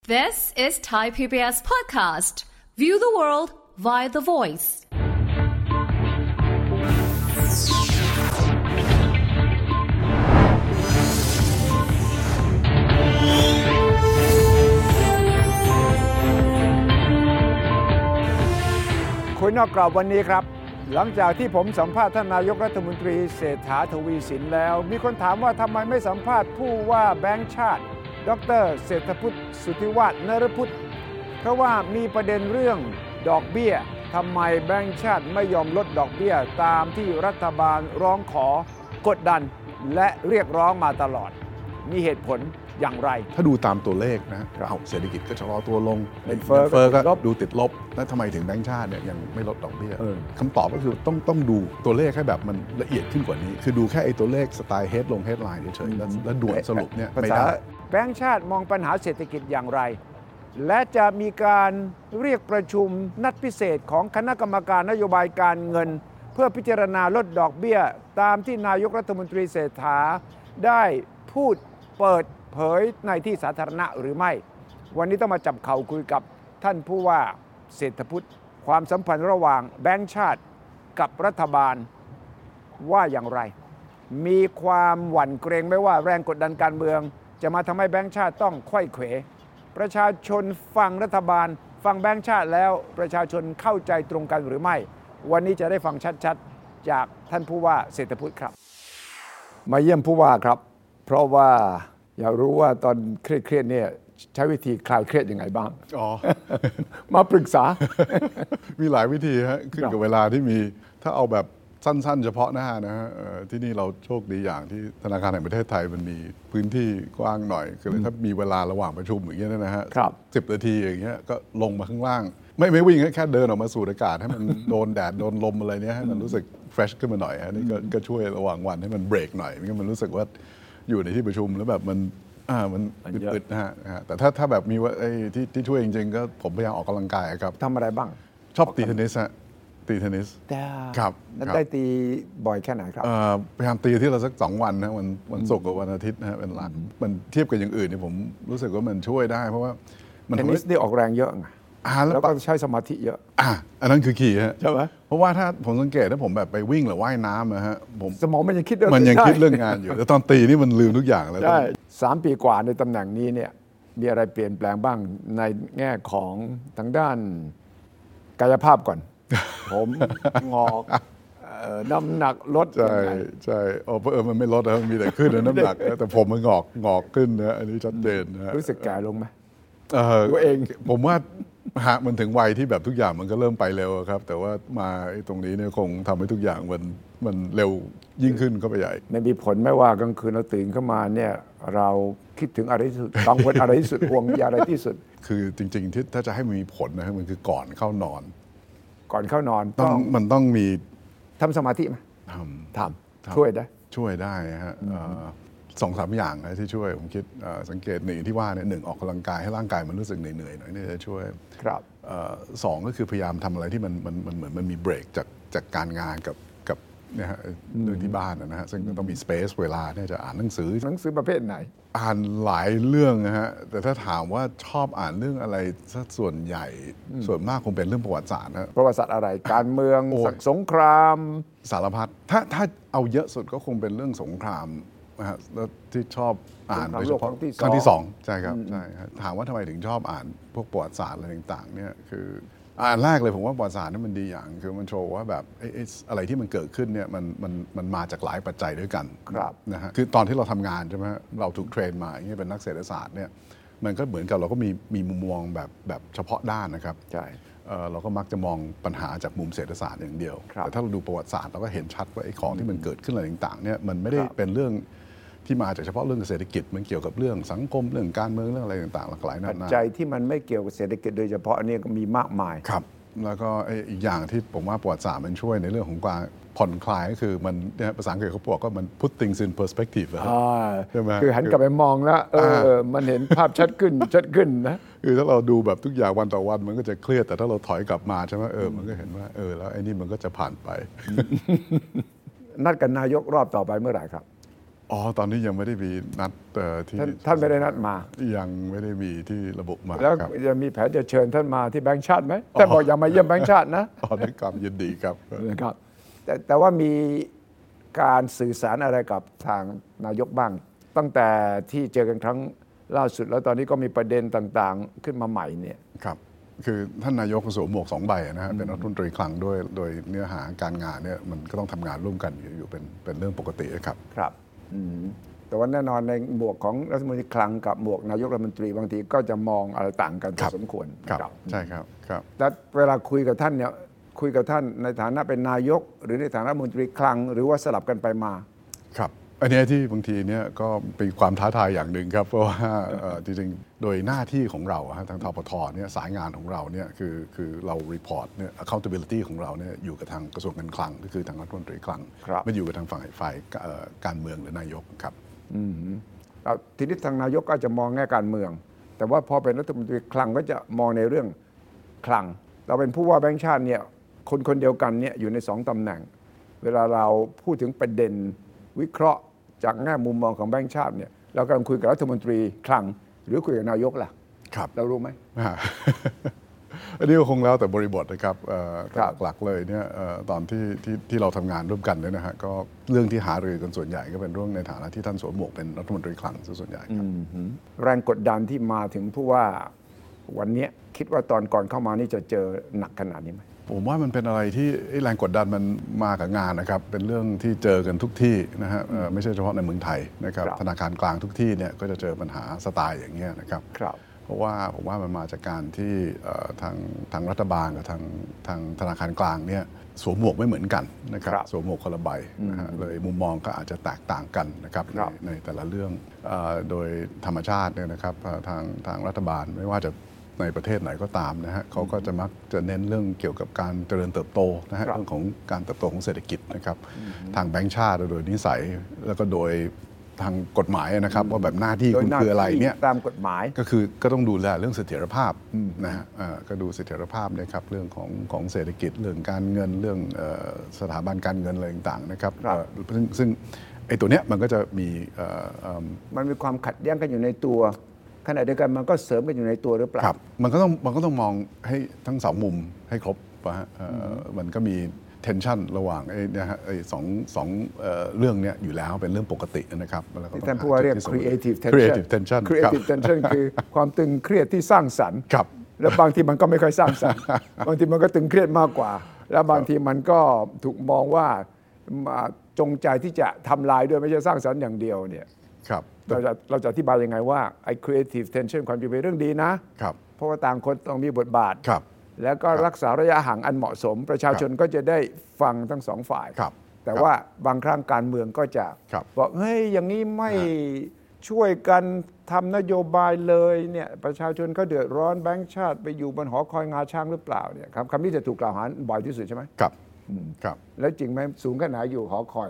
This is Thai PBS podcast. View the world via The Voice. คุยนอกกรอบวันนี้ครับหลังจากที่ผมสัมภาษณ์ท่านนายกรัฐมนตรีเศรษฐาทวีสินแล้วมีคนถามว่าทำไมไม่สัมภาษณ์ผู้ว่าแบงก์ชาติดร.เศรษฐพุทธสุทธิวาฒนฤพุทธเพราะว่ามีประเด็นเรื่องดอกเบี้ยทำไมแบงก์ชาติไม่ยอมลดดอกเบี้ยตามที่รัฐบาลร้องขอกดดันและเรียกร้องมาตลอดมีเหตุผลอย่างไรถ้าดูตามตัวเลขนะเศรษฐกิจก็ชะลอตัวลงเงินเฟ้อก็ดูติดลบแล้วทำไมถึงแบงก์ชาติเนี่ยยังไม่ลดดอกเบี้ยคำตอบก็คือต้องดูตัวเลขให้แบบมันละเอียดขึ้นกว่านี้คือดูแค่ไอ้ตัวเลขสไตล์เฮดไลน์เฉยๆแล้วด่วนสรุปเนี่ยไม่ได้แบงก์ชาติมองปัญหาเศรษฐกิจอย่างไรและจะมีการเรียกประชุมนัดพิเศษของคณะกรรมการนโยบายการเงินเพื่อพิจารณาลดดอกเบี้ยตามที่นายกรัฐมนตรีเศรษฐาได้พูดเปิดเผยในที่สาธารณะหรือไม่วันนี้ต้องมาจับเข่าคุยกับท่านผู้ว่าเศรษฐพุทธความสัมพันธ์ระหว่างแบงก์ชาติกับรัฐบาลว่าอย่างไรมีความหวั่นเกรงไหมว่าแรงกดดันการเมืองจะมาทำให้แบงก์ชาติต้องไขว้เขวประชาชนฟังรัฐบาลฟังแบงก์ชาติแล้วประชาชนเข้าใจตรงกันหรือไม่วันนี้จะได้ฟังชัดๆจากท่านผู้ว่าเศรษฐพุทธครับมาเยี่ยมผู้ว่าครับเพราะว่าอยากรู้ว่าตอนเครียดเนี่ยใช้วิธีคลายเครียดยังไงบ้างมาปรึกษามีหลายวิธีฮะขึ้นกับเวลาที่มีถ้าเอาแบบสั้นๆเฉพาะหน้านะฮะที่นี่เราโชคดีอย่างที่ธนาคารแห่งประเทศไทยมันมีพื้นที่กว้างหน่อยคือถ้ามีเวลาระหว่างประชุมอย่างเงี้ยนะฮะ10 นาทีอย่างเงี้ยก็ลงมาข้างล่างไม่วิ่งแค่เดินออกมาสูดอากาศให้มันโดนแดดโดนลมอะไรเนี้ยให้มันรู้สึกเฟรชขึ้นมาหน่อยฮะนี่ก็ช่วยระหว่างวันให้มันเบรกหน่อยไม่งั้นมันรู้สึกว่าอยู่ในที่ประชุมแล้วแบบมันอึดๆนะฮะแต่ถ้าแบบมีว่าที่ช่วยจริงๆก็ผมพยายามออกกำลังกายครับทำอะไรบ้างชอบตีเทนนิสฮะตีเทนนิสครับได้ตีบ่อยแค่ไหนครับพยายามตีที่เราสัก2 วันนะวันศุกร์กับวันอาทิตย์นะฮะเป็นหลักมันเทียบกับอย่างอื่นเนี่ยผมรู้สึกว่ามันช่วยได้เพราะว่าเทนนิสนี่ออกแรงเยอะไงแล้วก็ใช้สมาธิเยอะอันนั้นคือขี่ฮะใช่ไหมเพราะว่าถ้าผมสังเกตถ้าผมแบบไปวิ่งหรือว่ายน้ำนะฮะสมองมันยังคิดเรื่องงานอยู่แต่ตอนตีนี่มันลืมทุกอย่างแล้วใช่3 ปีกว่าในตำแหน่งนี้เนี่ยมีอะไรเปลี่ยนแปลงบ้างในแง่ของทางด้านกายภาพก่อนผมงอกน้ำหนักลดใช่มันไม่ลดนะมันมีแต่ขึ้นน้ำหนักแต่ผมมันงอกขึ้นนะอันนี้ชัดเจนนะรู้สึกแก่ลงไหมตัวเองผมว่ามันถึงวัยที่แบบทุกอย่างมันก็เริ่มไปเร็วครับแต่ว่ามาตรงนี้เนี่ยคงทำให้ทุกอย่างมันเร็วยิ่งขึ้นเข้าไปใหญ่ไม่มีผลไม่ว่ากลางคืนเราตื่นเข้ามาเนี่ยเราคิดถึงอะไรที่สุดกังวลอะไรที่สุดห่วงอะไรที่สุดคือจริงๆที่ถ้าจะให้มีผลนะมันคือก่อนเข้านอนมันต้องมีทำสมาธิไหมทำช่วยได้ฮะ2-3 อย่างนะที่ช่วยผมคิดสังเกตหนึ่งที่ว่าเนี่ย1ออกกำลังกายให้ร่างกายมันรู้สึกเหนื่อยๆหน่อยนี่จะช่วยครับ 2ก็คือพยายามทำอะไรที่มันเหมือนมันมีเบรกจากการงานกับเนี่ยฮะเรื่องที่บ้านนะฮะซึ่งต้องมีสเปซเวลาเนี่ยจะอ่านหนังสือประเภทไหนอ่านหลายเรื่องนะฮะแต่ถ้าถามว่าชอบอ่านเรื่องอะไรส่วนใหญ่ส่วนมากคงเป็นเรื่องประวัติศาสตร์นะประวัติศาสตร์อะไรการเมืองสงครามสารพัดถ้าเอาเยอะสุดก็คงเป็นเรื่องสงครามนะฮะแล้วที่ชอบอ่านโดยเฉพาะครั้งที่2ใช่ครับใช่ถามว่าทำไมถึงชอบอ่านพวกประวัติศาสตร์อะไรต่างๆเนี่ยคืออันแรกเลยผมว่าประวัติศาสตร์นี่มันดีอย่างคือมันโชว์ว่าแบบอะไรที่มันเกิดขึ้นเนี่ยมันมาจากหลายปัจจัยด้วยกันนะฮะคือตอนที่เราทำงานใช่ไหมเราถูกเทรนมาอย่างนี้เป็นนักเศรษฐศาสตร์เนี่ยมันก็เหมือนกับเราก็มีมุมมองแบบเฉพาะด้านนะครับใช่เราก็มักจะมองปัญหาจากมุมเศรษฐศาสตร์อย่างเดียวแต่ถ้าเราดูประวัติศาสตร์เราก็เห็นชัดว่าไอ้ของที่มันเกิดขึ้นอะไรต่างๆเนี่ยมันไม่ได้เป็นเรื่องที่มาจากเฉพาะเรื่องเศรษฐกิจมันเกี่ยวกับเรื่องสังคมเรื่องการเมืองเรื่องอะไรต่างๆหลากหลายนานาปัจจัยที่มันไม่เกี่ยวกับเศรษฐกิจโดยเฉพาะอันนี้ก็มีมากมายครับแล้วก็อีกอย่างที่ผมว่าประวัติศาสตร์มันช่วยในเรื่องของการผ่อนคลายก็คือมันภาษาอังกฤษเขาบอกว่ามัน put things in perspective ใช่ไหมคือหันกลับไปมองแล้วมันเห็นภาพชัดขึ้นนะคือถ้าเราดูแบบทุกอย่างวันต่อวันมันก็จะเครียดแต่ถ้าเราถอยกลับมาใช่ไหมมันก็เห็นว่าแล้วไอ้นี่มันก็จะผ่านไปนัดกันนายกรอบต่อไปเมื่อไหร่ครับตอนนี้ยังไม่ได้มีนัดที่ท่านไม่ได้นัดมายังไม่ได้มีที่ระบุมาแล้วจะมีแผนจะเชิญท่านมาที่แบงก์ชาติไหมท่านบอกอย่ามาเยี่ยมแบงก์ชาตินะด้วยความยินดีครับนะครับแต่ว่ามีการสื่อสารอะไรกับทางนายกบ้างตั้งแต่ที่เจอกันครั้งล่าสุดแล้วตอนนี้ก็มีประเด็นต่างๆขึ้นมาใหม่เนี่ยครับคือท่านนายกสวมหมวก2 ใบนะฮะเป็นรัฐมนตรีคลังด้วยโดยเนื้อหาการงานเนี่ยมันก็ต้องทำงานร่วมกันอยู่เป็นเรื่องปกติครับครับแต่ว่าแน่นอนในหมวกของรัฐมนตรีคลังกับหมวกนายกรัฐมนตรีบางทีก็จะมองอะไรต่างกันพอสมควรครับใช่ครับแล้วเวลาคุยกับท่านเนี่ยคุยกับท่านในฐานะเป็นนายกหรือในฐานะรัฐมนตรีคลังหรือว่าสลับกันไปมาครับอันนี้ที่บางทีเนี่ยก็เป็นความท้าทายอย่างหนึ่งครับเพราะว่าจริงๆโดยหน้าที่ของเราทางทปทเนี่ยสายงานของเราเนี่ยคือเรา report เนี่ย accountability ของเราเนี่ยอยู่กับทางกระทรวงการคลังก็คือทางรัฐมนตรีคลังไม่อยู่กับทางฝ่ายการเมืองหรือนายกครับทีนี้ทางนายกก็จะมองแง่การเมืองแต่ว่าพอเป็นรัฐมนตรีคลังก็จะมองในเรื่องคลังเราเป็นผู้ว่าแบงก์ชาติเนี่ยคนเดียวกันเนี่ยอยู่ใน2 ตำแหน่งเวลาเราพูดถึงประเด็นวิเคราะห์จากแง่มุมมองของแบงก์ชาติเนี่ยเรากำลังคุยกับรัฐมนตรีคลังหรือคุยกับนายกล่ะครับเรารู้ไหมอันนี้ก็คงแล้วแต่บริบทนะครับหลักเลยเนี่ยตอนที่เราทำงานร่วมกันเนี่ยนะฮะก็เรื่องที่หารือกันส่วนใหญ่ก็เป็นเรื่องในฐานะที่ท่านสวมหมวกเป็นรัฐมนตรีคลังส่วนใหญ่ครับแรงกดดันที่มาถึงผู้ว่าวันนี้คิดว่าตอนก่อนเข้ามานี่จะเจอหนักขนาดนี้ไหมผมว่ามันเป็นอะไรที่แรงกดดันมันมากับงานนะครับเป็นเรื่องที่เจอกันทุกที่นะฮะไม่ใช่เฉพาะในเมืองไทยนะครับธนาคารกลางทุกที่เนี่ยก็จะเจอปัญหาสไตล์อย่างเงี้ยนะครับเพราะว่าผมว่ามันมาจากการที่ทางรัฐบาลกับทางธนาคารกลางเนี่ยสวมหมวกไม่เหมือนกันนะครับสวมหมวกคนละใบนะฮะเลยมุมมองก็อาจจะแตกต่างกันนะครับในแต่ละเรื่องโดยธรรมชาติเนี่ยนะครับทางรัฐบาลไม่ว่าจะในประเทศไหนก็ตามนะฮะเขาก็จะมักจะเน้นเรื่องเกี่ยวกับการเจริญเติบโตนะฮะเรื่องของการเติบโตของเศรษฐกิจนะครับทางแบงก์ชาติโดยนิสัยแล้วก็โดยทางกฎหมายนะครับว่าแบบหน้าที่คุณคืออะไรเนี่ยตามกฎหมายก็ต้องดูแลเรื่องเสถียรภาพนะฮะก็ดูเสถียรภาพนะครับเรื่องของเศรษฐกิจเรื่องการเงินเรื่องสถาบันการเงินอะไรต่างๆนะครับซึ่งไอ้ตัวเนี้ยมันก็จะมันมีความขัดแย้งกันอยู่ในตัวขณะเดียวกันมันก็เสริมกันอยู่ในตัวหรือเปล่าครับมันก็ต้องมองให้ทั้ง2 มุมให้ครบนะฮะมันก็มีtension ระหว่างสองเรื่องนี้อยู่แล้วเป็นเรื่องปกตินะครับที่ท่านผู้ว่าเรียก creative tension creative tension คือความตึงเครียดที่สร้างสรรค์แล้วบางทีมันก็ไม่ค่อยสร้างสรรค์บางทีมันก็ตึงเครียดมากกว่าแล้วบางทีมันก็ถูกมองว่าจงใจที่จะทำลายด้วยไม่ใช่สร้างสรรค์อย่างเดียวเนี่ยเราจะอธิบายยังไงว่าไอ้ creative tension ความจริงเป็นเรื่องดีนะเพราะว่าต่างคนต้องมีบทบาทแล้วก็รักษาระยะห่างอันเหมาะสมประชาชนก็จะได้ฟังทั้ง2 ฝ่ายแต่ว่าบางครั้งการเมืองก็จะบอกเฮ้ยอย่างนี้ไม่ช่วยกันทำนโยบายเลยเนี่ยประชาชนก็เดือดร้อนแบงก์ชาติไปอยู่บนหอคอยงาช้างหรือเปล่าเนี่ยคำนี้จะถูกกล่าวหาบ่อยที่สุดใช่ไหมครับแล้วจริงไหมสูงขนาดอยู่หอคอย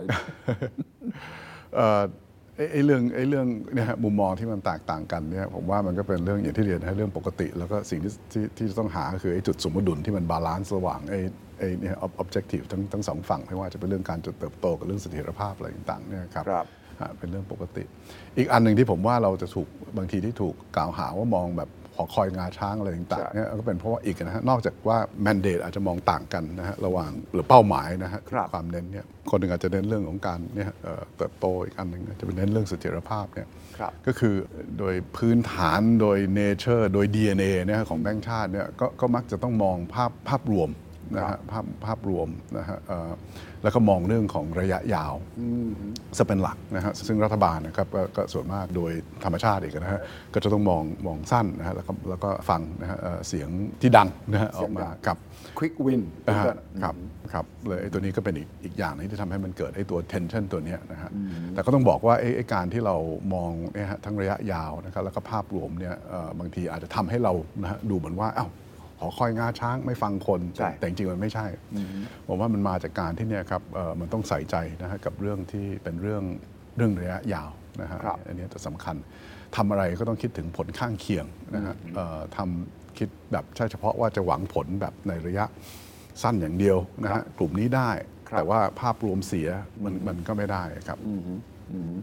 ไอ้เรื่องเนี่ยมุมมองที่มันแตกต่างกันเนี่ยผมว่ามันก็เป็นเรื่องอย่างที่เรียนให้เรื่องปกติแล้วก็สิ่งที่ต้องหาคือไอ้จุดสมดุลที่มันบาลานซ์ระหว่างไอ้เนี่ย objective ทั้ง2 ฝั่งไม่ว่าจะเป็นเรื่องการเติบโตกับเรื่องเสถียรภาพอะไรต่างๆเนี่ยครับเป็นเรื่องปกติอีกอันหนึ่งที่ผมว่าเราจะถูกบางทีที่ถูกกล่าวหาว่ามองแบบหอคอยงาช้างอะไรต่างๆเนี่ยก็เป็นเพราะว่าอีกนะฮะนอกจากว่า mandate อาจจะมองต่างกันนะฮะระหว่างหรือเป้าหมายนะฮะความเน้นเนี่ยคนหนึ่งอาจจะเน้นเรื่องของการเนี่ยเติบโตอีกอันหนึ่งจะเป็นเน้นเรื่องเสถียรภาพเนี่ยก็คือโดยพื้นฐานโดย nature โดย DNA เนี่ยของแบงก์ชาติเนี่ยก็มักจะต้องมองภาพรวมนะฮะภาพรวมนะฮะแล้วก็มองเรื่องของระยะยาวจะเป็นหลักนะฮะซึ่งรัฐบาลนะครับก็ส่วนมากโดยธรรมชาติอีกนะฮะก็จะต้องมองสั้นนะฮะแล้วก็ฟังนะฮะเสียงที่ดังนะฮะออกมากับ quick win ครับเลยตัวนี้ก็เป็นอีกอย่างนึงที่ทำให้มันเกิดไอ้ตัว tension ตัวนี้นะฮะแต่ก็ต้องบอกว่าไอ้การที่เรามองเนี่ยฮะทั้งระยะยาวนะครับแล้วก็ภาพรวมเนี่ยบางทีอาจจะทำให้เรานะฮะดูเหมือนว่าอ้าวหอคอยงาช้างไม่ฟังคนแต่จริงๆมันไม่ใช่ผมว่ามันมาจากการที่เนี่ยครับมันต้องใส่ใจนะฮะกับเรื่องที่เป็นเรื่องระยะยาวนะฮะอันนี้จะสำคัญทำอะไรก็ต้องคิดถึงผลข้างเคียงนะฮะคิดแบบใช่เฉพาะว่าจะหวังผลแบบในระยะสั้นอย่างเดียวนะฮะกลุ่มนี้ได้แต่ว่าภาพรวมเสียมันก็ไม่ได้ครับ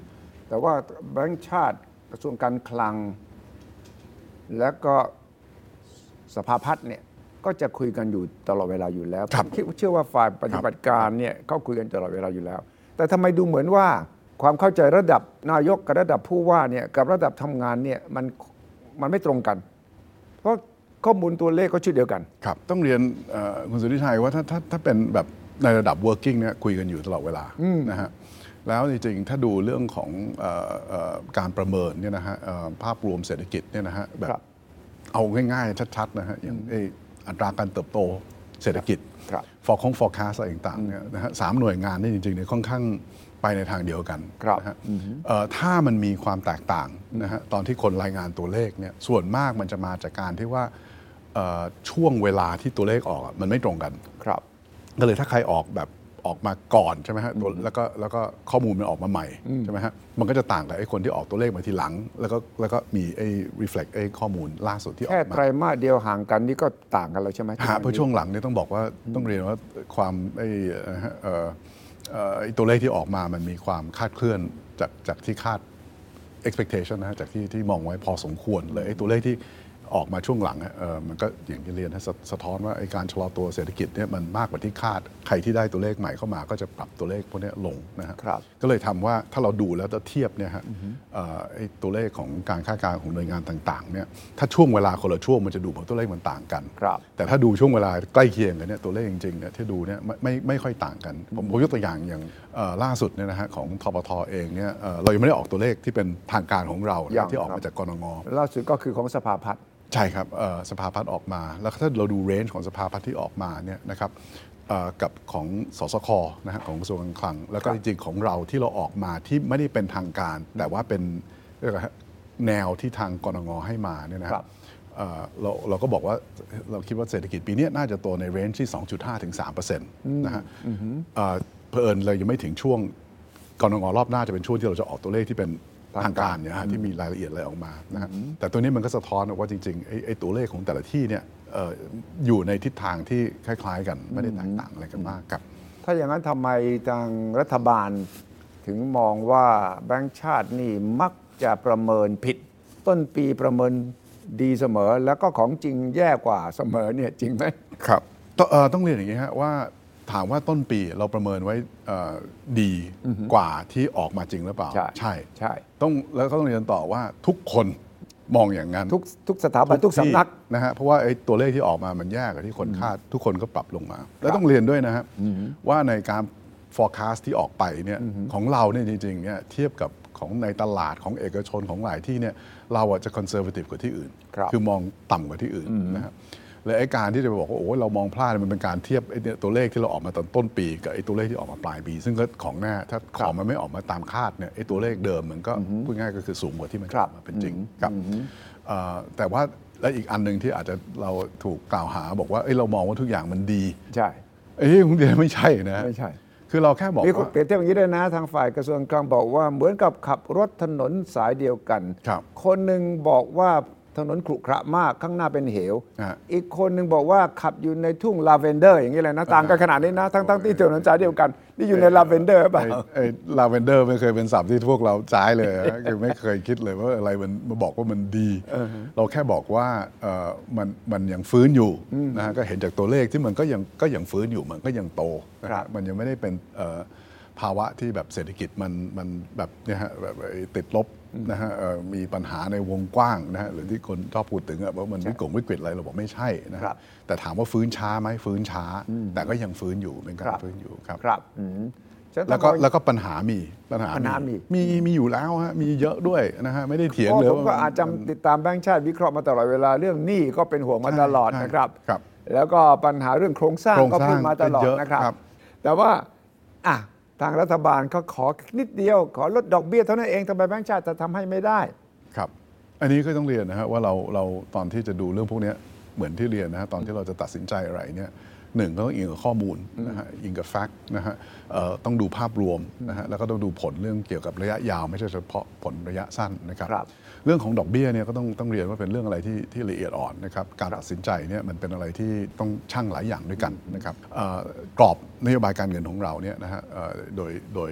แต่ว่าแบงก์ชาติกระทรวงการคลังและก็สภาพัฒน์เนี่ยก็จะคุยกันอยู่ตลอดเวลาอยู่แล้วผมเชื่อว่าฝ่ายปฏิบัติการเนี่ยเขาคุยกันตลอดเวลาอยู่แล้วแต่ทำไมดูเหมือนว่าความเข้าใจระดับนายกกับระดับผู้ว่าเนี่ยกับระดับทำงานเนี่ยมันไม่ตรงกันเพราะข้อมูลตัวเลขก็ชื่อเดียวกันครับต้องเรียนคุณสุทธิชัยว่าถ้าเป็นแบบในระดับ working เนี่ยคุยกันอยู่ตลอดเวลานะฮะแล้วจริงๆถ้าดูเรื่องของการประเมินเนี่ยนะฮะภาพรวมเศรษฐกิจเนี่ยนะฮะแบบเอาง่ายๆชัดๆนะฮะอย่างอัตราการเติบโตเศรษฐกิจforecast อะไรต่างๆเนี่ยนะฮะ3หน่วยงานนี่จริงๆเนี่ยค่อนข้างไปในทางเดียวกันนะฮะถ้ามันมีความแตกต่างนะฮะตอนที่คนรายงานตัวเลขเนี่ยส่วนมากมันจะมาจากการที่ว่าช่วงเวลาที่ตัวเลขออกมันไม่ตรงกันก็เลยถ้าใครออกมาก่อนใช่ไหมฮะแล้วก็ข้อมูลมันออกมาใหม่ใช่ไหมฮะมันก็จะต่างกับไอ้คนที่ออกตัวเลขมาทีหลังแล้วก็มีไอ้ reflect ไอ้ข้อมูลล่าสุดที่ออกมาแค่ไตรมาสเดียวห่างกันนี่ก็ต่างกันแล้วใช่ไหมเพราะช่วงหลังนี่ต้องบอกว่าต้องเรียนว่าความไอ้ตัวเลขที่ออกมามันมีความคาดเคลื่อนจากที่คาด expectation นะฮะจากที่มองไว้พอสมควรเลยไอ้ตัวเลขที่ออกมาช่วงหลังมันก็อย่างที่เรียนสะท้อนว่าไอ้การชะลอตัวเศรษฐกิจเนี่ยมันมากกว่าที่คาดใครที่ได้ตัวเลขใหม่เข้ามาก็จะปรับตัวเลขพวกนี้ลงนะฮะก็เลยทำว่าถ้าเราดูแล้วจะเทียบเนี่ยฮะไอ้ตัวเลขของการคาดการณ์ของหน่วยงานต่างๆเนี่ยถ้าช่วงเวลาคนละช่วงมันจะดูเพราะตัวเลขมันต่างกันแต่ถ้าดูช่วงเวลาใกล้เคียงกันเนี่ยตัวเลขจริงๆเนี่ยที่ดูเนี่ยไม่ค่อยต่างกันผมยกตัวอย่างล่าสุดเนี่ยนะฮะของทปท.เองเนี่ยเรายังไม่ได้ออกตัวเลขที่เป็นทางการของเราที่ออกมาจากกนง. ล่าสุดก็คือของสภาพัฒน์ใช่ครับสภาพัฒน์ออกมาแล้วถ้าเราดูเรนจ์ของสภาพัฒน์ที่ออกมาเนี่ยนะครับกับของสสค.นะฮะของกระทรวงการคลังแล้วก็จริงๆของเราที่เราออกมาที่ไม่ได้เป็นทางการแต่ว่าเป็นแนวที่ทางกนง.ให้มาเนี่ยนะครับเราก็บอกว่าเราคิดว่าเศรษฐกิจปีนี้น่าจะโตในเรนจ์ที่ 2.5 ถึง 3% นะฮะเผอิญเลยยังไม่ถึงช่วงกนง.รอบหน้าจะเป็นช่วงที่เราจะออกตัวเลขที่เป็นทางการเนี่ยฮะที่มีรายละเอียดอะไรออกมานะฮะแต่ตัวนี้มันก็สะท้อนว่าจริงๆไอ้ตัวเลขของแต่ละที่เนี่ยอยู่ในทิศทางที่คล้ายๆกันไม่ได้แตกต่างอะไรกันมากครับถ้าอย่างนั้นทำไมทางรัฐบาลถึงมองว่าแบงก์ชาตินี่มักจะประเมินผิดต้นปีประเมินดีเสมอแล้วก็ของจริงแย่กว่าเสมอเนี่ยจริงไหมครับต้องเรียนอย่างนี้ฮะว่าถามว่าต้นปีเราประเมินไว้ดีกว่าที่ออกมาจริงหรือเปล่าใช่แล้วก็ต้องเรียนต่อว่าทุกคนมองอย่างนั้นทุกสถาบันทุกสำนักนะฮะเพราะว่าไอ้ตัวเลขที่ออกมามันแย่กว่าที่คนคาดทุกคนก็ปรับลงมาแล้วต้องเรียนด้วยนะฮะว่าในการ forecast ที่ออกไปเนี่ยของเราเนี่ยจริงๆเนี่ยเทียบกับของในตลาดของเอกชนของหลายที่เนี่ยเราจะ conservative กว่าที่อื่นคือมองต่ำกว่าที่อื่นนะครับและไอ้การที่จะบอกว่าโอ้เรามองพลาดมันเป็นการเทียบไอ้ตัวเลขที่เราออกมาตอนต้นปีกับไอ้ตัวเลขที่ออกมาปลายปีซึ่งก็ของแน่ถ้าของมันไม่ออกมาตามคาดเนี่ยไอ้ตัวเลขเดิมมันก็พูดง่ายก็คือสูงกว่าที่มันมาเป็นจริงครับแต่ว่าและอีกอันนึงที่อาจจะเราถูกกล่าวหาบอกว่าเรามองว่าทุกอย่างมันดีใช่คุณเดียไม่ใช่นะไม่ใช่คือเราแค่บอกว่าเปรียบเทียบอย่างนี้ด้วยนะทางฝ่ายกระทรวงกลางบอกว่าเหมือนกับขับรถถนนสายเดียวกันคนหนึ่งบอกว่าถนนขรุขระมากข้างหน้าเป็นเหวอีกคนหนึ่งบอกว่าขับอยู่ในทุ่งลาเวนเดอร์อย่างนี้เลยนะต่างกันขนาดนี้นะทั้งที่ถนนสายเดียวกันนี่อยู่ในลาเวนเดอร์ป่ะลาเวนเดอร์ไม่เคยเป็นศัพท์ที่พวกเราใช้เลยคือไม่เคยคิดเลยว่าอะไรมันมาบอกว่ามันดีเราแค่บอกว่ามันยังฟื้นอยู่นะฮะก็เห็นจากตัวเลขที่มันก็ยังฟื้นอยู่มันก็ยังโตมันยังไม่ได้เป็นภาวะที่แบบเศรษฐกิจมันแบบเนี่ยฮะแบบติดลบนะฮะมีปัญหาในวงกว้างนะฮะหรือที่คนชอบพูดถึงว่ามันวิกฤตอะไรเราบอกไม่ใช่นะครับแต่ถามว่าฟื้นช้าไหมฟื้นช้าแต่ก็ยังฟื้นอยู่เป็นการฟื้นอยู่ครับแล้วก็ปัญหามีอยู่แล้วฮะมีเยอะด้วยนะฮะไม่ได้เถียงเลยผมก็อาจจะติดตามแบงก์ชาติวิเคราะห์มาตลอดเวลาเรื่องหนี้ก็เป็นห่วงมาตลอดนะครับแล้วก็ปัญหาเรื่องโครงสร้างก็พูดมาตลอดนะครับแต่ว่าทางรัฐบาลเขาขอนิดเดียวขอลดดอกเบี้ยเท่านั้นเองทำไมแบงก์ชาติจะทำให้ไม่ได้ครับอันนี้ก็ต้องเรียนนะฮะว่าเราตอนที่จะดูเรื่องพวกนี้เหมือนที่เรียนนะฮะตอนที่เราจะตัดสินใจอะไรเนี่ยหนึ่งก็ต้องอิงกับข้อมูลนะฮะอิงกับแฟกต์นะฮะต้องดูภาพรวมนะฮะแล้วก็ต้องดูผลเรื่องเกี่ยวกับระยะยาวไม่ใช่เฉพาะผลระยะสั้นนะครับเรื่องของดอกเบี้ยเนี่ยก็ต้องเรียนว่าเป็นเรื่องอะไรที่ละเอียดอ่อนนะครับการตัดสินใจเนี่ยมันเป็นอะไรที่ต้องชั่งหลายอย่างด้วยกันนะครับกรอบนโยบายการเงินของเราเนี่ยนะฮะโดย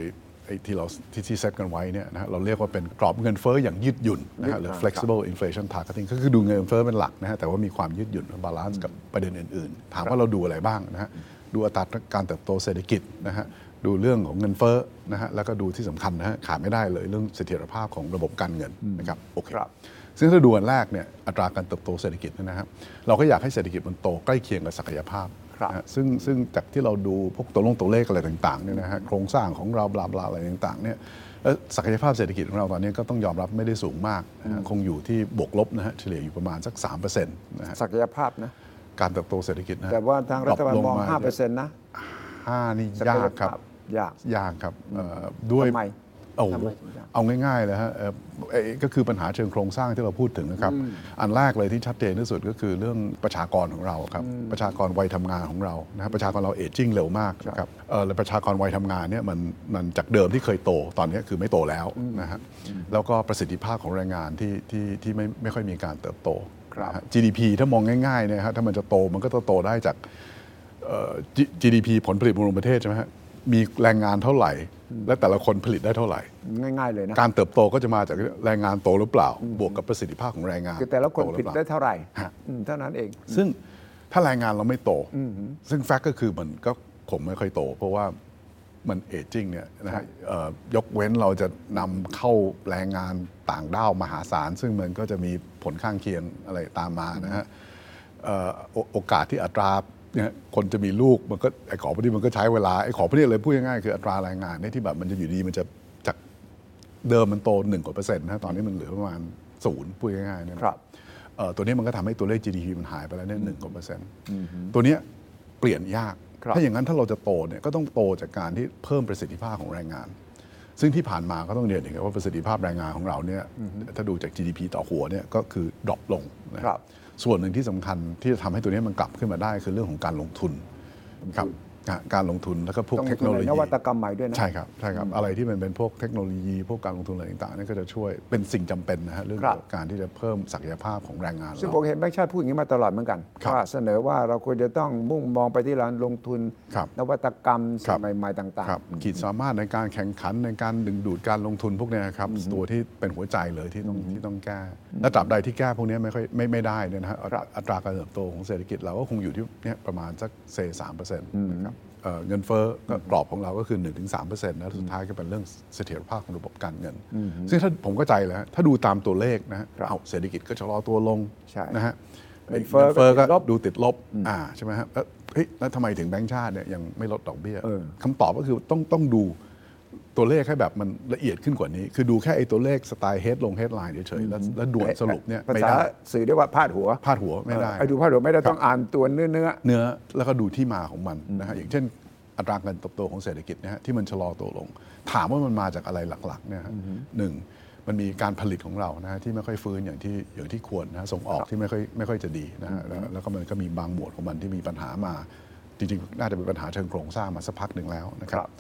ไอ้ที่เราที่เซตกันไว้เนี่ยนะฮะเราเรียกว่าเป็นกรอบเงินเฟ้ออย่างยืดหยุ่นนะฮะหรือ flexible inflation targeting ก็คือดูเงินเฟ้อเป็นหลักนะฮะแต่ว่ามีความยืดหยุ่นบาลานซ์กับประเด็นอื่นๆถามว่าเราดูอะไรบ้างนะฮะดูอัตราการเติบโตเศรษฐกิจนะฮะดูเรื่องของเงินเฟ้อนะฮะแล้วก็ดูที่สำคัญนะฮะขาดไม่ได้เลยเรื่องเสถียรภาพของระบบการเงินนะครับโอเคซึ่งถ้าดูอันแรกเนี่ยอัตราการเติบโตเศรษฐกิจนะครับเราก็อยากให้เศรษฐกิจมันโตใกล้เคียงกับศักยภาพนะซึ่งจากที่เราดูพวกตัวเลขอะไรต่างๆเนี่ยนะฮะโครงสร้างของเราบลาบลาอะไรต่างๆเนี่ยศักยภาพเศรษฐกิจของเราตอนนี้ก็ต้องยอมรับไม่ได้สูงมากนะฮะคงอยู่ที่บวกลบนะฮะเฉลี่ยอยู่ประมาณสัก 3% นะฮะศักยภาพนะการเติบโตเศรษฐกิจนะแต่ว่าทางรัฐบาลมอง 5% นะ 5นี่ยากครับยากครับด้วยเอาง่ายๆเลยฮะก็คือปัญหาเชิงโครงสร้างที่เราพูดถึงนะครับอันแรกเลยที่ชัดเจนที่สุดก็คือเรื่องประชากรของเราครับประชากรวัยทำงานของเรานะครับประชากรเราเอจจิ้งเร็วมากนะครับและประชากรวัยทำงานเนี่ยมันจากเดิมที่เคยโตตอนนี้คือไม่โตแล้วนะฮะแล้วก็ประสิทธิภาพของแรงงานที่ไม่ค่อยมีการเติบโต GDP ถ้ามองง่ายๆเนี่ยฮะถ้ามันจะโตมันก็จะโตได้จากGDP ผลผลิตรวมประเทศใช่ไหมฮะมีแรงงานเท่าไหร่และแต่ละคนผลิตได้เท่าไหร่ง่ายๆเลยนะการเติบโตก็จะมาจากแรงงานโตหรือเปล่าบวกกับประสิทธิภาพของแรงงานคือแต่ละคนผลิตได้เท่าไหร่เท่านั้นเองซึ่งถ้าแรงงานเราไม่โตซึ่งแฟกต์ก็คือมันก็คงไม่ค่อยโตเพราะว่ามันเอจจิ้งเนี่ยนะฮะยกเว้นเราจะนำเข้าแรงงานต่างด้าวมหาศาลซึ่งมันก็จะมีผลข้างเคียงอะไรตามมานะฮะโอกาสที่อัตราเนี่ยคนจะมีลูกมันก็ไอ้ของพวกนี้มันก็ใช้เวลาไอ้ของพวกนี้เลยพูดง่ายๆคืออัตราแรงงานเนี่ยที่แบบมันจะอยู่ดีมันจะจากเดิมมันโต1%นะตอนนี้มันเหลือประมาณ0พูดง่ายๆเนี่ยครับตัวนี้มันก็ทำให้ตัวเลข GDP มันหายไปแล้วเนี่ย1%ตัวนี้เปลี่ยนยากถ้าอย่างนั้นถ้าเราจะโตเนี่ยก็ต้องโตจากการที่เพิ่มประสิทธิภาพของแรงงานซึ่งที่ผ่านมาก็ต้องเรียนอย่างว่าประสิทธิภาพแรงงานของเราเนี่ยถ้าดูจาก GDP ต่อหัวเนี่ยก็คือดรอปลงนะครับส่วนหนึ่งที่สำคัญที่จะทำให้ตัวนี้มันกลับขึ้นมาได้คือเรื่องของการลงทุนครับการลงทุนแล้วก็พวกเทคโนโลยีนวัตกรรมใหม่ด้วยนะใช่ครับอะไรที่มันเป็นพวกเทคโนโลยีพวกการลงทุนอะไรต่างๆนี่ก็จะช่วยเป็นสิ่งจำเป็นนะฮะเรื่องการที่จะเพิ่มศักยภาพของแรงงานซึ่งผมเห็นแบงค์ชาติพูดอย่างนี้มาตลอดเหมือนกันว่าเสนอว่าเราควรจะต้องมุ่งมองไปที่การลงทุนนวัตกรรมสิ่งใหม่ๆต่างๆขีดสามารถในการแข่งขันในการดึงดูดการลงทุนพวกนี้ครับตัวที่เป็นหัวใจเลยที่ต้องแก้และตราบใดที่แก้พวกนี้ไม่ได้เนี่ยนะฮะอัตราการเติบโตของเศรษฐกิจเราก็คงอยู่ที่เนี่ยประมาณสัก3%นะครับเงินเฟ้อกรอบของเราก็คือ 1-3% นะสุดท้ายก็เป็นเรื่องเสถียรภาพของระบบการเงินซึ่งถ้าผมก็ใจแล้วถ้าดูตามตัวเลขนะเศรษฐกิจก็ชะลอตัวลงนะฮะเงินเฟ้อก็ดูติดลบใช่ไหมครับแล้วทำไมถึงแบงก์ชาติเนี่ยยังไม่ลดดอกเบี้ยคำตอบก็คือต้องดูตัวเลขให้แบบมันละเอียดขึ้นกว่านี้คือดูแค่ไอ้ตัวเลขสไตล์เฮดไลน์เฉยๆแล้วด่วนสรุปเนี่ยไม่ได้สื่อได้ว่าพาดหัวไม่ได้ไอ้ดูพาดหัวไม่ได้ต้องอ่านตัวเนื้อแล้วก็ดูที่มาของมันนะฮะอย่างเช่นอัตราการเติบโตของเศรษฐกิจนะฮะที่มันชะลอตัวลงถามว่ามันมาจากอะไรหลักๆเนี่ยหนึ่งมันมีการผลิตของเรานะฮะที่ไม่ค่อยฟื้นอย่างที่ควรนะส่งออกที่ไม่ค่อยจะดีนะฮะแล้วก็มันก็มีบางหมวดของมันที่มีปัญหามาจริงๆน่าจะเป็นปัญหาเชิงโครงสร้างมาสักพักหนึ่งแล้วนะครับ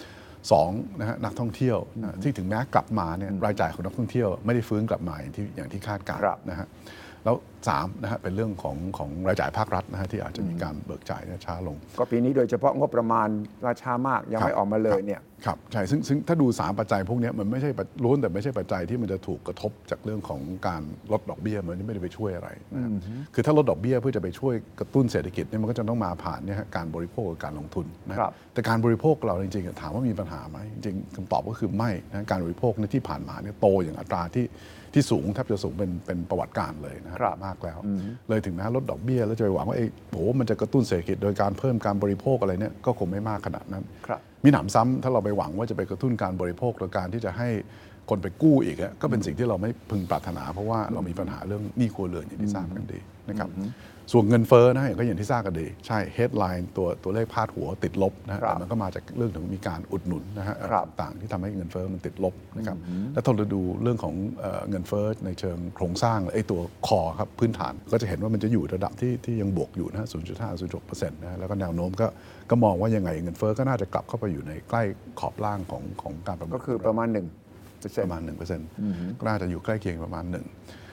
2นะฮะนักท่องเที่ยวที่ถึงแม้กลับมาเนี่ยรายจ่ายของนักท่องเที่ยวไม่ได้ฟื้นกลับมาอย่างที่คาดการณ์นะฮะแล้ว3นะฮะเป็นเรื่องของรายจ่ายภาครัฐนะฮะที่อาจจะมีการเบิกจ่ายช้าลงก็ปีนี้โดยเฉพาะงบประมาณราช้ามากยังไม่ออกมาเลยเนี่ยครับใช่ซึ่งถ้าดู3ปัจจัยพวกนี้มันไม่ใช่ล้วนแต่ไม่ใช่ปัจจัยที่มันจะถูกกระทบจากเรื่องของการลดดอกเบี้ยมันไม่ได้ไปช่วยอะไรนะคือถ้าลดดอกเบี้ยเพื่อจะไปช่วยกระตุ้นเศรษฐกิจเนี่ยมันก็จะต้องมาผ่านเนี่ยการบริโภคกับการลงทุนนะแต่การบริโภคเราจริงๆถามว่ามีปัญหาไหมจริงคำตอบก็คือไม่นะการบริโภคในที่ผ่านมาเนี่ยโตอย่างอัตราที่สูงแทบจะสูงเป็นประวัติการเลยนะครับมากแล้วเลยถึงแม้ลดดอกเบี้ยแล้วจะไปหวังว่ามันจะกระตุ้นเศรษฐกิจโดยการเพิ่มการบริโภคอะไรเนี่ยก็คงไม่มากขนาดนั้นมีหนำซ้ำถ้าเราไปหวังว่าจะไปกระตุ้นการบริโภคโดยการที่จะให้คนไปกู้อีกก็เป็นสิ่งที่เราไม่พึงปรารถนาเพราะว่าเรามีปัญหาเรื่องหนี้ครัวเรือนอย่างที่ทราบกันดีนะครับส่วนเงินเฟ้อนะก็อย่างที่ทราบกันดีใช่ headline ตัวเลขพาดหัวติดลบนะแต่มันก็มาจากเรื่องของมีการอุดหนุนนะฮะต่างที่ทำให้เงินเฟ้อมันติดลบนะครับแล้วถ้าเราดูเรื่องของเงินเฟ้อในเชิงโครงสร้างไอ้ตัวคอครับพื้นฐานก็จะเห็นว่ามันจะอยู่ระดับที่ยังบวกอยู่นะ 0.5-0.6% นะแล้วก็แนวโน้มก็มองว่ายังไงเงินเฟ้อก็น่าจะกลับเข้าไปอยู่ในใกล้ขอบล่างของการประเมินก็คือประมาณ 1% ก็น่าจะอยู่ใกล้เคียงประมาณ1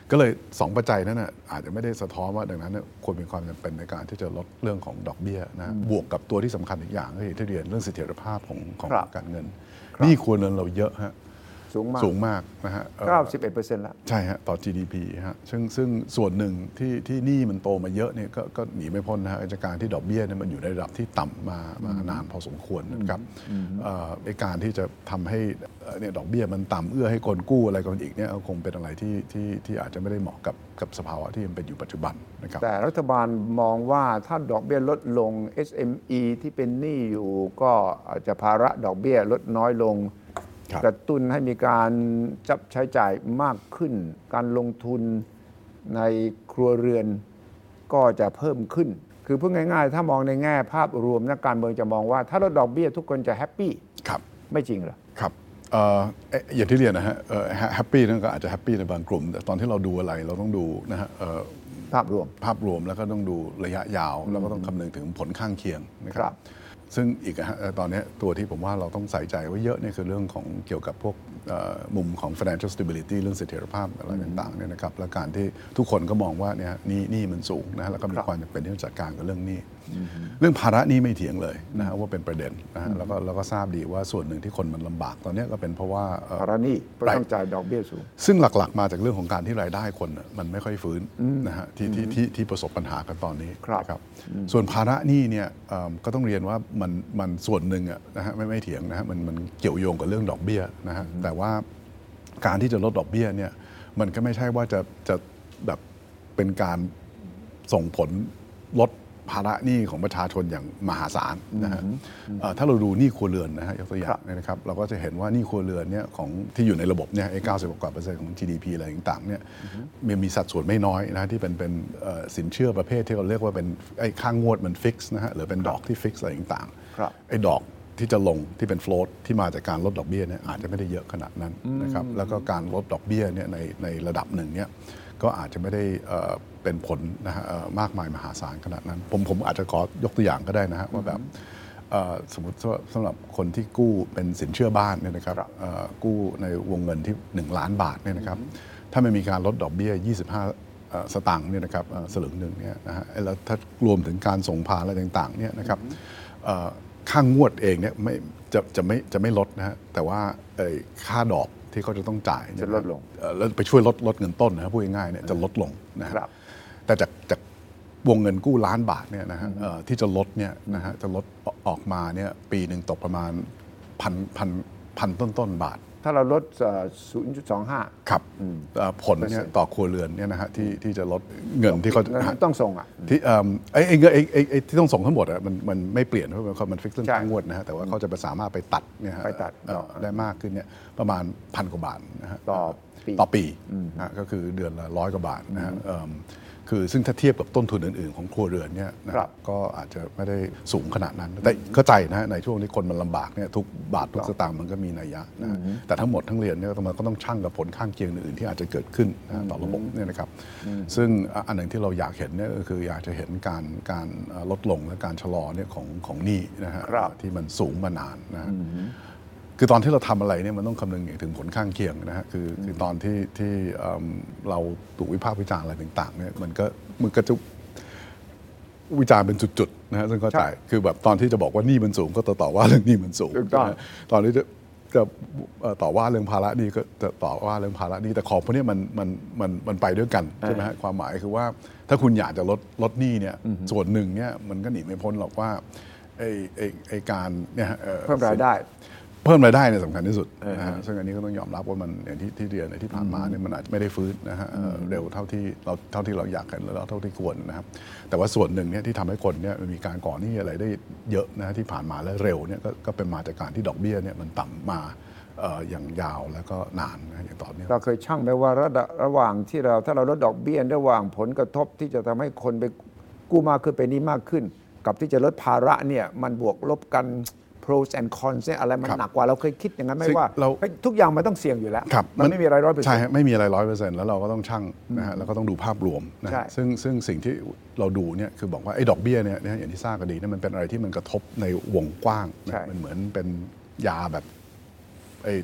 ก็เลย2ปัจจัยนั้นนะอาจจะไม่ได้สะท้อนว่าดังนั้นควรมีความจำเป็นในการที่จะลดเรื่องของดอกเบี้ยนะบวกกับตัวที่สำคัญอีกอย่างก็คือที่เรียนเรื่องเสถียรภาพของการเงินหนี้ครัวเรือนเราเยอะฮะสูงมากนะฮะ 91% แล้วใช่ฮะต่อ GDP ฮะซึ่งส่วนหนึ่งที่หนี้มันโตมาเยอะเนี่ยก็หนีไม่พ้นนะฮะจากการที่ดอกเบี้ยเนี่ยมันอยู่ในระดับที่ต่ำมานานพอสมควรนะครับในการที่จะทำให้เนี่ยดอกเบี้ยมันต่ำเอื้อให้คนกู้อะไรกันอีกเนี่ยคงเป็นอะไรที่อาจจะไม่ได้เหมาะกับสภาวะที่มันเป็นอยู่ปัจจุบันนะครับแต่รัฐบาลมองว่าถ้าดอกเบี้ยลดลง SME ที่เป็นหนี้อยู่ก็อาจจะภาระดอกเบี้ยลดน้อยลงกระตุ้นให้มีการจับใช้จ่ายมากขึ้นการลงทุนในครัวเรือนก็จะเพิ่มขึ้นคือพูดง่ายๆถ้ามองในแง่ภาพรวมนักการเมืองจะมองว่าถ้าลดดอกเบี้ยทุกคนจะแฮปปี้ไม่จริงเหรอครับอย่างที่เรียนนะฮะแฮปปี้นั่นก็อาจจะแฮปปี้ในบางกลุ่มแต่ตอนที่เราดูอะไรเราต้องดูนะฮะภาพรวมแล้วก็ต้องดูระยะยาวแล้วก็ต้องคำนึงถึงผลข้างเคียงนะครับซึ่งอีกตอนนี้ตัวที่ผมว่าเราต้องใส่ใจว่าเยอะเนี่ยคือเรื่องของเกี่ยวกับพวกมุมของ financial stability เรื่องเสถียรภาพอะไรต่างๆเนี่ยนะครับและการที่ทุกคนก็มองว่าเนี่ยนี่มันสูงนะแล้วก็มีความจำเป็นที่ต้องจัดการกับเรื่องนี้เรื่องภาระนี้ไม่เถียงเลยนะว่าเป็นประเด็นนะฮะแล้วก็ทราบดีว่าส่วนหนึ่งที่คนมันลำบากตอนนี้ก็เป็นเพราะว่าภาระนี้ต้องจ่ายดอกเบี้ยสูงซึ่งหลักๆมาจากเรื่องของการที่รายได้คนมันไม่ค่อยฟื้นนะฮะที่ประสบปัญหากันตอนนี้นะครับส่วนภาระนี้เนี่ยก็ต้องเรียนว่ามันส่วนหนึ่งนะฮะไม่เถียงนะฮะมันเกี่ยวโยงกับเรื่องดอกเบี้ยนะฮะแต่ว่าการที่จะลดดอกเบี้ยเนี่ยมันก็ไม่ใช่ว่าจะแบบเป็นการส่งผลลดภาระหนี้ของประชาชนอย่างมหาศาลนะฮะถ้าเราดูหนี้ครัวเรือนนะฮะยกตัวอย่างนะครับเราก็จะเห็นว่าหนี้ครัวเรือนเนี่ยของที่อยู่ในระบบเนี่ย90 กว่า% ของ GDP อะไรต่างๆเนี่ยมีสัดส่วนไม่น้อยนะที่เป็นสินเชื่อประเภทที่เราเรียกว่าเป็นไอ้ค่างวดมันฟิกซ์นะฮะหรือเป็นดอกที่ฟิกซ์อะไรต่างๆไอ้ดอกที่จะลงที่เป็น float ที่มาจากการลดดอกเบี้ยเนี่ยอาจจะไม่ได้เยอะขนาดนั้นนะครับแล้วก็การลดดอกเบี้ยเนี่ยในระดับหนึ่งเนี่ยก็อาจจะไม่ได้เป็นผลนะฮะมากมายมหาศาลขนาดนั้นผมอาจจะขอยกตัวอย่างก็ได้นะฮะว่าแบบสมมติว่าสำหรับคนที่กู้เป็นสินเชื่อบ้านเนี่ยนะครับกู้ในวงเงินที่1 ล้านบาทเนี่ยนะครับถ้ามันมีการลดดอกเบี้ย25สตางค์เนี่ยนะครับสลึงหนึ่งเนี่ยนะฮะแล้วถ้ารวมถึงการส่งผ่านอะไรต่างๆเนี่ยนะครับค่างวดเองเนี่ยจะไม่ลดนะฮะแต่ว่าค่าดอกที่เขาจะต้องจ่ายจะลดลงแล้วไปช่วยลดเงินต้นนะครับพูดง่ายๆเนี่ยจะลดลงนะครับแต่จากวงเงินกู้1 ล้านบาทเนี่ยนะฮะที่จะลดเนี่ยนะฮะจะลดออกมาเนี่ยปีหนึ่งตกประมาณพันต้นบาทถ้าเราลด 0.25 ครับผลเนี่ยต่อครัวเรือนเนี่ยนะฮะที่จะลดเงินที่เขาต้องส่งที่เงินที่ต้องส่งทั้งหมดมันไม่เปลี่ยนเพราะมันฟิกซ์เรื่องงวดนะฮะแต่ว่าเขาจะสามารถไปตัดเนี่ยได้มากขึ้นเนี่ยประมาณ1,000 กว่าบาทนะฮะต่อปีนะก็คือเดือนละ100 กว่าบาทนะฮะคือซึ่งถ้าเทียบกับต้นทุนอื่นๆของครัวเรือนเนี่ยนะครับก็อาจจะไม่ได้สูงขนาดนั้นแต่เข้าใจนะฮะในช่วงที่คนมันลำบากเนี่ยทุกบาททุกสตางค์มันก็มีนัยยะนะแต่ทั้งหมดทั้งเรียนเนี่ยมันก็ต้องชั่งกับผลข้างเคียงอื่นๆที่อาจจะเกิดขึ้นต่อระบบเนี่ยนะครับซึ่งอันหนึ่งที่เราอยากเห็นเนี่ยก็คืออยากจะเห็นการลดลงและการชะลอเนี่ยของหนี้นะฮะที่มันสูงมานานนะคือตอนที่เราทำอะไรเนี่ยมันต้องคำนึงถึงผลข้างเคียงนะฮะคือตอนที่เราถูกวิพากษ์วิจารณ์อะไรต่างๆเนี่ยมันก็จะวิจารณ์เป็นจุดๆนะฮะซึ่งเข้าใจคือแบบตอนที่จะบอกว่าหนี้มันสูงก็ต่อว่าเรื่องหนี้มันสูงตอนนี้จะต่อว่าเรื่องภาระหนี้ก็จะต่อว่าเรื่องภาระหนี้แต่ของพวกนี้มันไปด้วยกันใช่ไหมฮะความหมายคือว่าถ้าคุณอยากจะลดหนี้เนี่ยส่วนหนึ่งเนี่ยมันก็หนีไม่พ้นหรอกว่าไอ้การเนี่ยเพิ่มรายได้เนี่ยสำคัญที่สุดนะฮะซึ่งอันนี้ก็ต้องยอมรับว่ามันอย่างที่เรียนในที่ผ่านมาเนี่ยมันอาจจะไม่ได้ฟื้นนะฮะเร็วเท่าที่เราอยากกันแล้วเท่าที่ควรนะครับแต่ว่าส่วนหนึ่งเนี่ยที่ทำให้คนเนี่ยมีการก่อหนี้อะไรได้เยอะนะที่ผ่านมาและเร็วเนี่ยก็เป็นมาจากการที่ดอกเบี้ยเนี่ยมันต่ำมาอย่างยาวแล้วก็นานนะอย่างต่อเนื่องเราเคยชั่งไหมว่าระหว่างที่ถ้าเราลดดอกเบี้ยระหว่างผลกระทบที่จะทำให้คนไปกู้มากขึ้นไปนี้มากขึ้นกับที่จะลดภาระเนี่ยมันบวกลบกันpros and cons อะไรมันหนักกว่าเราเคยคิดอย่างนั้นไหมว่าทุกอย่างมันต้องเสี่ยงอยู่แล้วมันไม่มีอะไร100% ใช่ไม่มีอะไร100%แล้วเราก็ต้องชั่งนะฮะแล้วก็ต้องดูภาพรวมนะซึ่งสิ่งที่เราดูเนี่ยคือบอกว่าไอ้ดอกเบี้ยเนี่ยอย่างที่ทราบกันดีเนี่ยมันเป็นอะไรที่มันกระทบในวงกว้างมันเหมือนเป็นยาแบบไอ้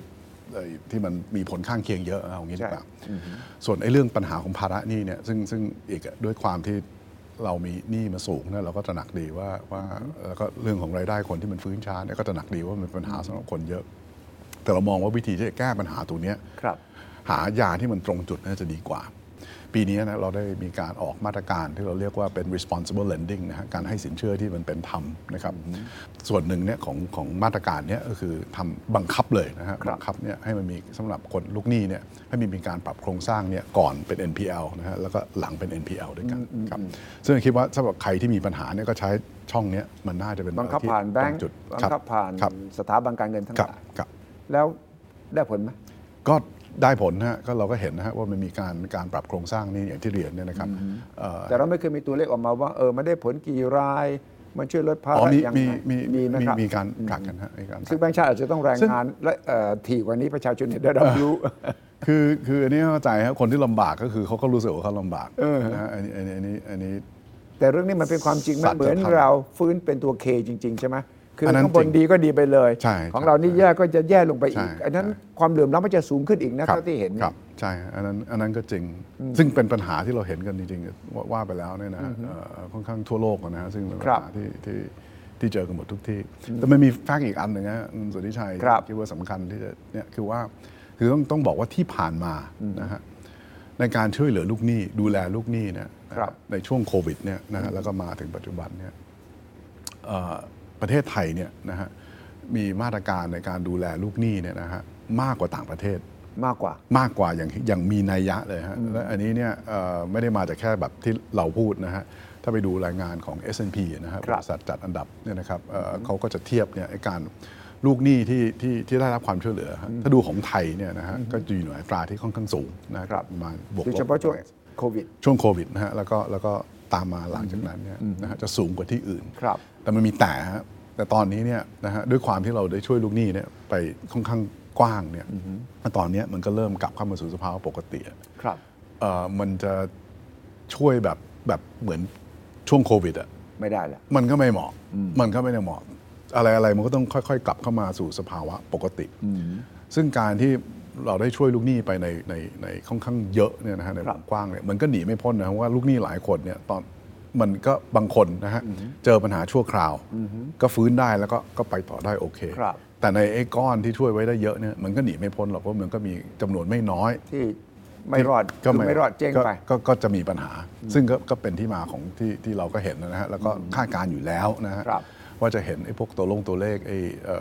ที่มันมีผลข้างเคียงเยอะเอางี้ดีกว่าส่วนไอ้เรื่องปัญหาของภาระหนี้เนี่ยซึ่งอีกด้วยความที่เรามีหนี้มาสูงเนี่ยเราก็ตระหนักดีว่าแล้วก็เรื่องของรายได้คนที่มันฟื้นช้าเนี่ยก็ตระหนักดีว่ามันเป็นปัญหาสำหรับคนเยอะแต่เรามองว่าวิธีที่จะแก้ปัญหาตัวนี้หายาที่มันตรงจุดน่าจะดีกว่าปีนี้นะเราได้มีการออกมาตรการที่เราเรียกว่าเป็น responsible lending นะฮะการให้สินเชื่อที่มันเป็นธรรมนะครับส่วนหนึ่งเนี่ยของมาตรการนี้ก็คือทำบังคับเลยนะฮะบังคับเนี่ยให้มันมีสำหรับคนลูกหนี้เนี่ยให้มีการปรับโครงสร้างเนี่ยก่อนเป็น NPL นะฮะแล้วก็หลังเป็น NPL ด้วยกันครับซึ่งคิดว่าสำหรับใครที่มีปัญหาเนี่ยก็ใช้ช่องนี้มันน่าจะเป็นบังคับผ่านแบงก์บังคับผ่านสถาบันการเงินทั้งหลายแล้วได้ผลไหมก็ได้ผลฮะก็เราก็เห็นนะฮะว่ามันมีการปรับโครงสร้างนี่อย่างที่เรียนเนี่ยนะครับแต่เราไม่เคยมีตัวเลขออกมาว่ามันได้ผลกี่รายมันช่วยลดภาระอย่างไรมีการกลักกันฮะซึ่งแบงก์ชาติอาจจะต้องรายงานและถี่กว่านี้ประชาชนได้รับรู้คืออันนี้เข้าใจครับคนที่ลำบากก็คือเขาก็รู้สึกว่าเขาลำบากนะฮะอันนี้แต่เรื่องนี้มันเป็นความจริงมันเหมือนเราฟื้นเป็นตัวเคจริงๆใช่ไหมคือข้างบนดีก็ดีไปเลยของเรานี่แย่ก็จะแย่ลงไปอีกอันนั้นความเหลื่อมล้ำมันจะสูงขึ้นอีกนะเท่าที่เห็นครับใช่อันนั้นก็จริงซึ่งเป็นปัญหาที่เราเห็นกันจริงๆว่าไปแล้วเนี่ยนะค่อนข้างทั่วโลกนะฮะซึ่งเป็นปัญหาที่เจอกันหมดทุกที่แต่มันมีแฟกต์อีกอันหนึ่งนะสุทธิชัยคิดว่าสำคัญที่จะเนี่ยคือต้องบอกว่าที่ผ่านมานะฮะในการช่วยเหลือลูกหนี้ดูแลลูกหนี้เนี่ยในช่วงโควิดเนี่ยนะฮะแล้วก็มาถึงปัจจุบันเนี่ยประเทศไทยเนี่ยนะฮะมีมาตรการในการดูแลลูกหนี้เนี่ยนะฮะมากกว่าต่างประเทศมากกว่าอย่างมีนัยยะเลยฮะและอันนี้เนี่ยไม่ได้มาจากแค่แบบที่เราพูดนะฮะถ้าไปดูรายงานของ S&P นะฮะบริษัทจัดอันดับเนี่ยนะครับเขาก็จะเทียบเนี่ยการลูกหนี้ที่ได้รับความช่วยเหลือถ้าดูของไทยเนี่ยนะฮะก็จะอยู่ในอัตราที่ค่อนข้างสูงนะครับประมาณบวกลบโดยเฉพาะช่วงโควิดนะฮะแล้วก็ตามมาหลังจากนั้นเนี่ยนะฮะจะสูงกว่าที่อื่นครับแต่มันมีแต่ตอนนี้เนี่ยนะฮะด้วยความที่เราได้ช่วยลูกหนี้เนี่ยไปค่อนข้างกว้างเนี่ยตอนนี้มันก็เริ่มกลับเข้ามาสู่สภาวะปกติครับมันจะช่วยแบบเหมือนช่วงโควิดไม่ได้แล้วมันก็ไม่เหมาะมันก็ไม่ได้เหมาะอะไรมันก็ต้องค่อยๆกลับเข้ามาสู่สภาวะปกติซึ่งการที่เราได้ช่วยลูกหนี้ไปในค่อนข้างเยอะเนี่ยนะฮะในวงกว้างเนี่ยมันก็หนีไม่พ้นนะว่าลูกหนี้หลายคนเนี่ยตอนมันก็บางคนนะฮะเจอปัญหาชั่วคราวก็ฟื้นได้แล้วก็ไปต่อได้โอเคแต่ในไอ้ก้อนที่ช่วยไว้ได้เยอะเนี่ยมันก็หนีไม่พ้นหรอกเพราะมันก็มีจำนวนไม่น้อยที่ไม่รอดเจ๊งไปก็จะมีปัญหาซึ่งก็เป็นที่มาของที่เราก็เห็นนะฮะแล้วก็คาดการณ์อยู่แล้วนะฮะว่าจะเห็นไอ้พวกตัวเลขไอ้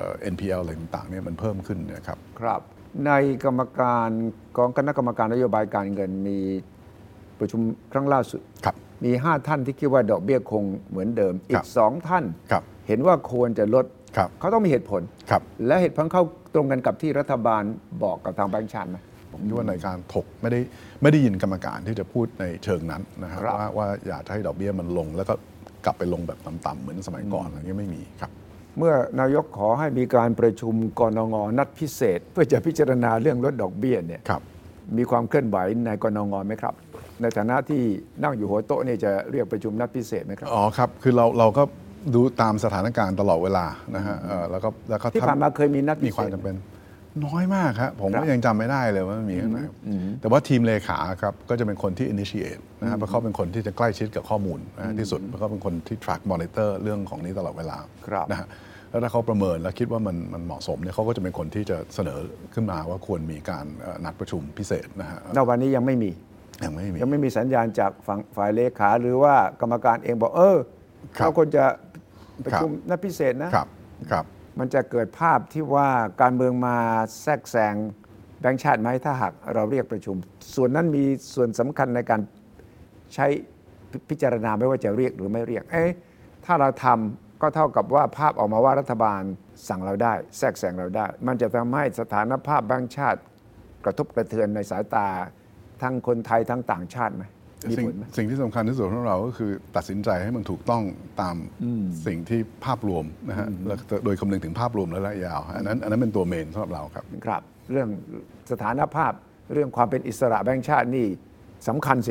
NPL อะไรต่างๆเนี่ยมันเพิ่มขึ้นนะครับครับในกรรมการของคณะกรรมการนโยบายการเงินมีประชุมครั้งล่าสุดมี5ท่านที่คิดว่าดอกเบี้ยคงเหมือนเดิมอีก2ท่านเห็นว่าควรจะลดเขาต้องมีเหตุผลและเหตุผลเขาตรงกันกับที่รัฐบาลบอกกับทางแบงก์ชาติไหมผมคิดว่าในการถกไม่ได้ยินกรรมการที่จะพูดในเชิงนั้นนะครับว่าอยากให้ดอกเบี้ยมันลงแล้วก็กลับไปลงแบบต่ำๆเหมือนสมัยก่อนอะไรเงี้ยไม่มีครับเมื่อนายกขอให้มีการประชุมกนง.นัดพิเศษเพื่อจะพิจารณาเรื่องลดดอกเบี้ยเนี่ยมีความเคลื่อนไหวในกนง.ไหมครับในฐานะที่นั่งอยู่หัวโต๊ะนี่จะเรียกประชุมนัดพิเศษไหมครับอ๋อครับคือเราก็ดูตามสถานการณ์ตลอดเวลานะฮะแล้วก็ที่ผ่านมาเคยมีนัดมีความจำเป็นน้อยมากครับผมก็ยังจำไม่ได้เลยว่ามีอะไรแต่ว่าทีมเลขาครับก็จะเป็นคนที่ initiate นะฮะเพราะเขาเป็นคนที่จะใกล้ชิดกับข้อมูลที่สุดเพราะเขาเป็นคนที่ track monitor เรื่องของนี้ตลอดเวลานะฮะแล้วถ้าเขาประเมินแล้วคิดว่ามันเหมาะสมเนี่ยเขาก็จะเป็นคนที่จะเสนอขึ้นมาว่าควรมีการนัดประชุมพิเศษนะฮะณวันนี้ยังไม่มีสัญญาณจากฝ่ายเลขาหรือว่ากรรมการเองบอกเขาควรจะประชุมนัดพิเศษนะครับมันจะเกิดภาพที่ว่าการเมืองมาแทรกแซงแบงก์ชาติไหมถ้าหากเราเรียกประชุมส่วนนั้นมีส่วนสำคัญในการใช้พิจารณาไม่ว่าจะเรียกหรือไม่เรียกถ้าเราทำก็เท่ากับว่าภาพออกมาว่ารัฐบาลสั่งเราได้แทรกแซงเราได้มันจะทำให้สถานภาพแบงก์ชาติกระทบกระเทือนในสายตาทั้งคนไทยทั้งต่างชาติไหมสิ่งที่สำคัญที่สุดของเราก็คือตัดสินใจให้มันถูกต้องตามสิ่งที่ภาพรวมนะฮะโดยคำนึงถึงภาพรวมระยะยาวอันนั้นเป็นตัวเมนสำหรับเราครับครับเรื่องสถานภาพเรื่องความเป็นอิสระแบงก์ชาตินี่สำคัญสิ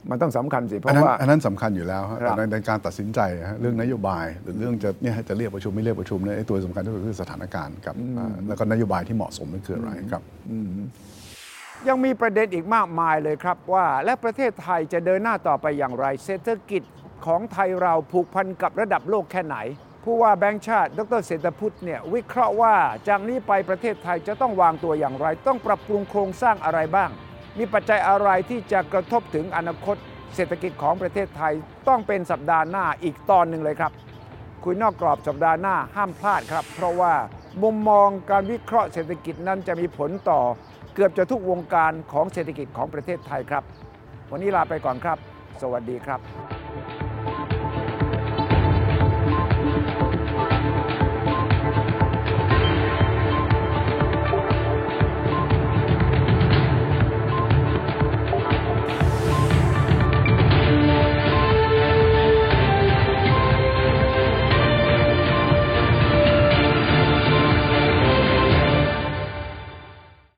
มันต้องสำคัญสิเพอันราะนั้นว่าอันนั้นสำคัญอยู่แล้วฮะครับแต่ในการตัดสินใจฮะเรื่องนโยบายหรือเรื่องจะเรียกประชุมไม่เรียกประชุมเนี่ยไอ้ตัวสำคัญที่สุดคือสถานการณ์กับแล้วก็นโยบายที่เหมาะสมนั่นคืออะไรครับยังมีประเด็นอีกมากมายเลยครับว่าและประเทศไทยจะเดินหน้าต่อไปอย่างไรเศรษฐกิจของไทยเราผูกพันกับระดับโลกแค่ไหนผู้ว่าแบงก์ชาติดร.เศรษฐพุทธเนี่ยวิเคราะห์ว่าจากนี้ไปประเทศไทยจะต้องวางตัวอย่างไรต้องปรับปรุงโครงสร้างอะไรบ้างมีปัจจัยอะไรที่จะกระทบถึงอนาคตเศรษฐกิจของประเทศไทยต้องเป็นสัปดาห์หน้าอีกตอนหนึ่งเลยครับคุยนอกกรอบสัปดาห์หน้าห้ามพลาดครับเพราะว่ามุมมองการวิเคราะห์เศรษฐกิจนั้นจะมีผลต่อเกือบจะทุกวงการของเศรษฐกิจของประเทศไทยครับวันนี้ลาไปก่อนครับสวัสดีครับ